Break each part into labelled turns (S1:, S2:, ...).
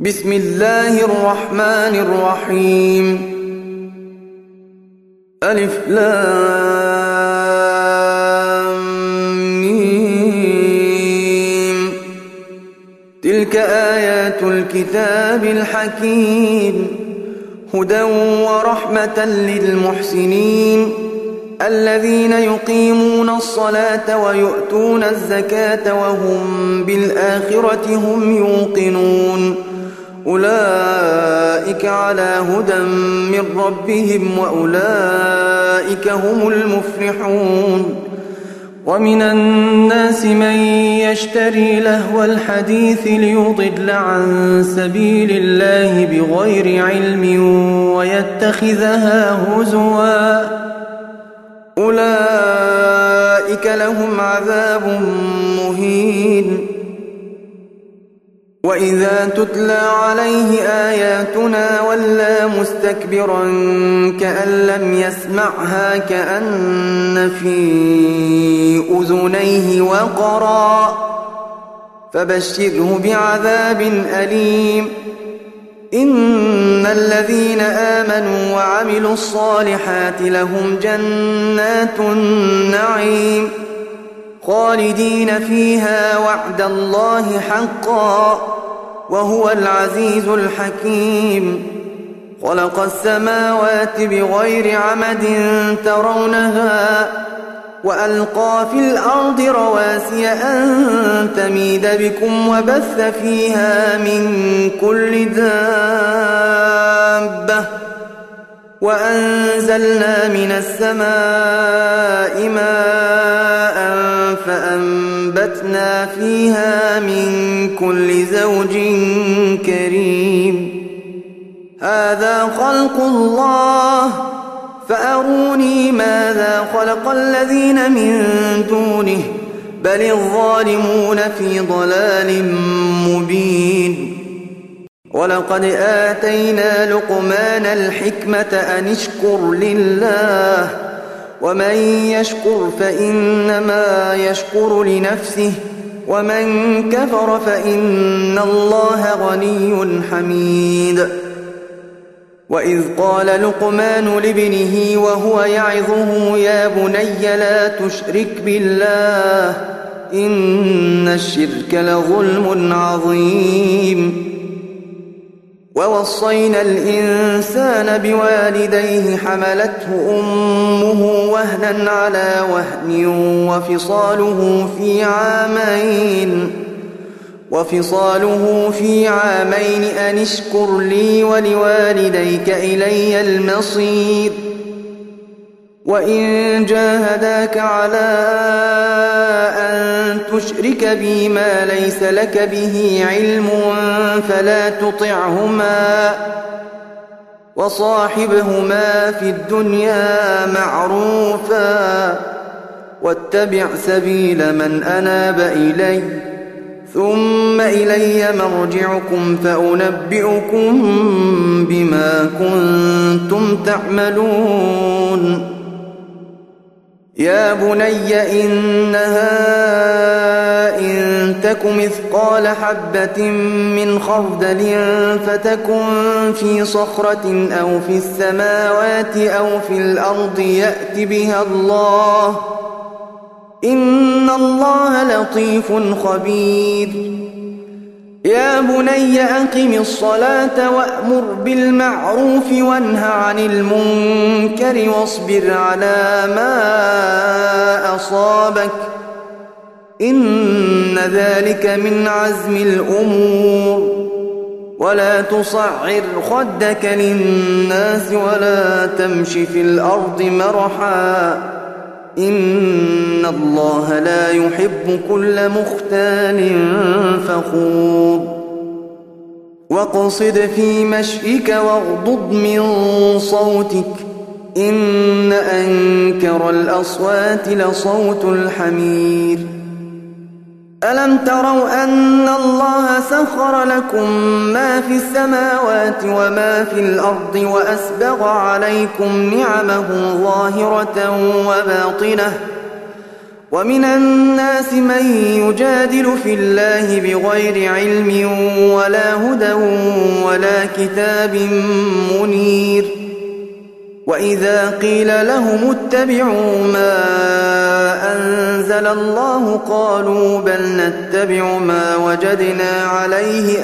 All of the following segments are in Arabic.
S1: بسم الله الرحمن الرحيم. ألف لام ميم. تلك آيات الكتاب الحكيم، هدى ورحمة للمحسنين الذين يقيمون الصلاة ويؤتون الزكاة وهم بالآخرة هم يوقنون. أولئك على هدى من ربهم وأولئك هم المفلحون. ومن الناس من يشتري لهو الحديث ليضل عن سبيل الله بغير علم ويتخذها هزوا، أولئك لهم عذاب مهين. وإذا تتلى عليه آياتنا ولى مستكبرا كأن لم يسمعها كأن في أذنيه وقرا، فبشره بعذاب أليم. إن الذين آمنوا وعملوا الصالحات لهم جنات النعيم خالدين فيها وعد الله حقا وهو العزيز الحكيم. خلق السماوات بغير عمد ترونها وألقى في الأرض رواسي أن تميد بكم وبث فيها من كل دابة وأنزلنا من السماء ماء فأنبتنا فيها من كل زوج كريم. هذا خلق الله فأروني ماذا خلق الذين من دونه بل الظالمون في ضلال مبين. ولقد آتينا لقمان الحكمة أن اشكر لله ومن يشكر فإنما يشكر لنفسه ومن كفر فإن الله غني حميد. وإذ قال لقمان لابنه وهو يعظه يا بني لا تشرك بالله إن الشرك لظلم عظيم. ووصينا الإنسان بوالديه حملته أمه وهنا على وهن وفصاله في عامين أن اشكر لي ولوالديك إلي المصير. وإن جاهداك على أن تشرك بي ما ليس لك به علم فلا تطعهما وصاحبهما في الدنيا معروفا واتبع سبيل من أناب إلي ثم إلي مرجعكم فأنبئكم بما كنتم تعملون. يا بني إنها إن تك مثقال حبة من خردل فتكن في صخرة أو في السماوات أو في الأرض يأت بها الله إن الله لطيف خبير. يا بني أقم الصلاة وأمر بالمعروف وانه عن المنكر واصبر على ما أصابك إن ذلك من عزم الأمور. ولا تصعر خدك للناس ولا تمش في الأرض مرحا إن الله لا يحب كل مختال فخور. واقصد في مشيك واغضض من صوتك إن أنكر الأصوات لصوت الحمير. ألم تروا أن الله سخر لكم ما في السماوات وما في الأرض وأسبغ عليكم نعمه ظاهرة وباطنة ومن الناس من يجادل في الله بغير علم ولا هدى ولا كتاب منير وإذا قيل لهم اتبعوا ما أنزل الله قالوا بل نتبع ما وجدنا عليه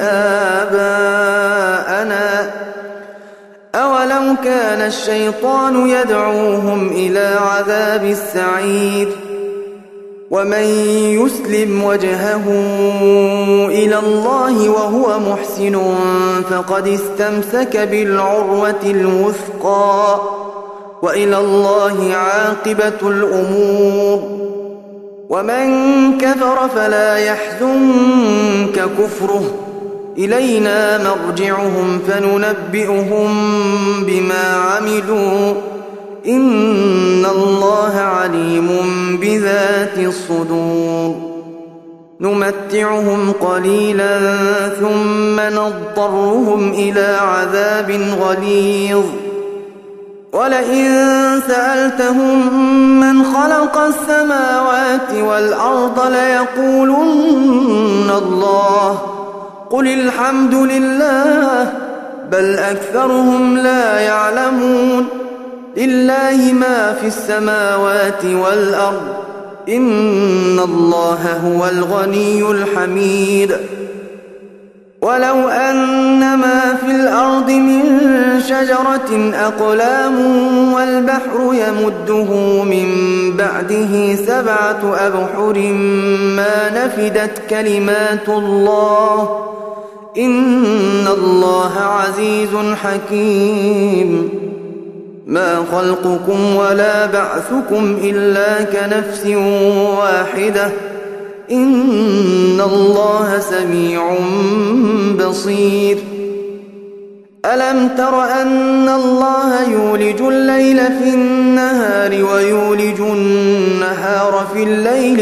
S1: آباءنا أولو كان الشيطان يدعوهم إلى عذاب السعير ومن يسلم وجهه إلى الله وهو محسن فقد استمسك بالعروة الوثقى وإلى الله عاقبة الأمور ومن كفر فلا يحزنك كفره إلينا مرجعهم فننبئهم بما عملوا إن الله عليم بذات الصدور نمتعهم قليلا ثم نضطرهم إلى عذاب غليظ ولئن سألتهم من خلق السماوات والأرض ليقولن الله قل الحمد لله بل أكثرهم لا يعلمون لله ما في السماوات والأرض إن الله هو الغني الحميد ولو أن ما في الأرض من شجرة أقلام والبحر يمده من بعده 7 أبحر ما نفدت كلمات الله إن الله عزيز حكيم ما خلقكم ولا بعثكم إلا كنفس واحدة إن الله سميع بصير ألم تر أن الله يولج الليل في النهار ويولج النهار في الليل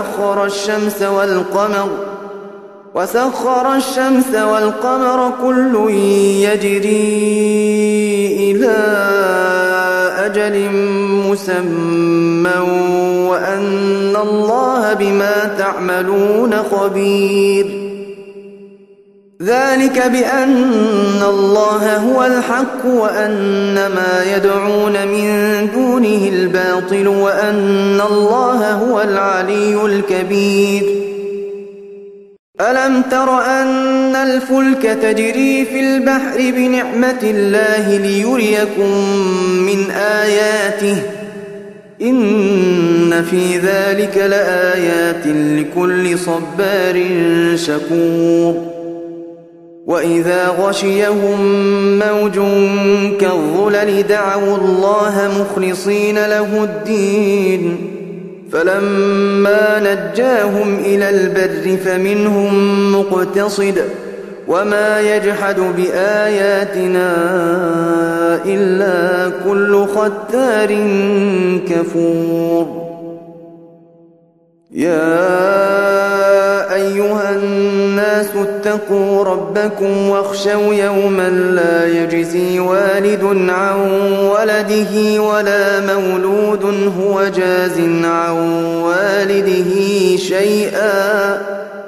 S1: وسخر الشمس والقمر كل يجري إلى أجل مسمى وأن الله بما تعملون خبير ذلك بأن الله هو الحق وأن ما يدعون من دونه الباطل وأن الله هو العلي الكبير ألم تر أن الفلك تجري في البحر بنعمة الله ليريكم من آياته إن في ذلك لآيات لكل صبار شكور وإذا غشيهم موج كالظلل دعوا الله مخلصين له الدين فلما نجاهم إلى البر فمنهم مقتصد وما يجحد بآياتنا إلا كل ختار كفور يا أيها الناس اتقوا ربكم واخشوا يوما لا يجزي والد عن ولده ولا مولود هو جاز عن والده شيئا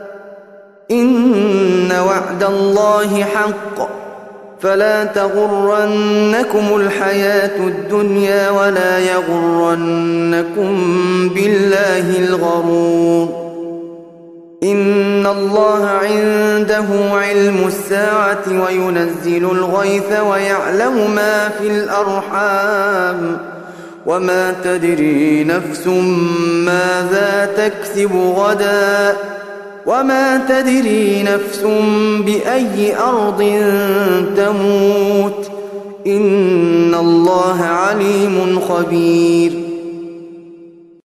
S1: إن وعد الله حق فلا تغرنكم الحياة الدنيا ولا يغرنكم بالله الغرور إن الله عنده علم الساعة وينزل الغيث ويعلم ما في الأرحام وما تدري نفس ماذا تكسب غدا وما تدري نفس بأي أرض تموت إن الله عليم خبير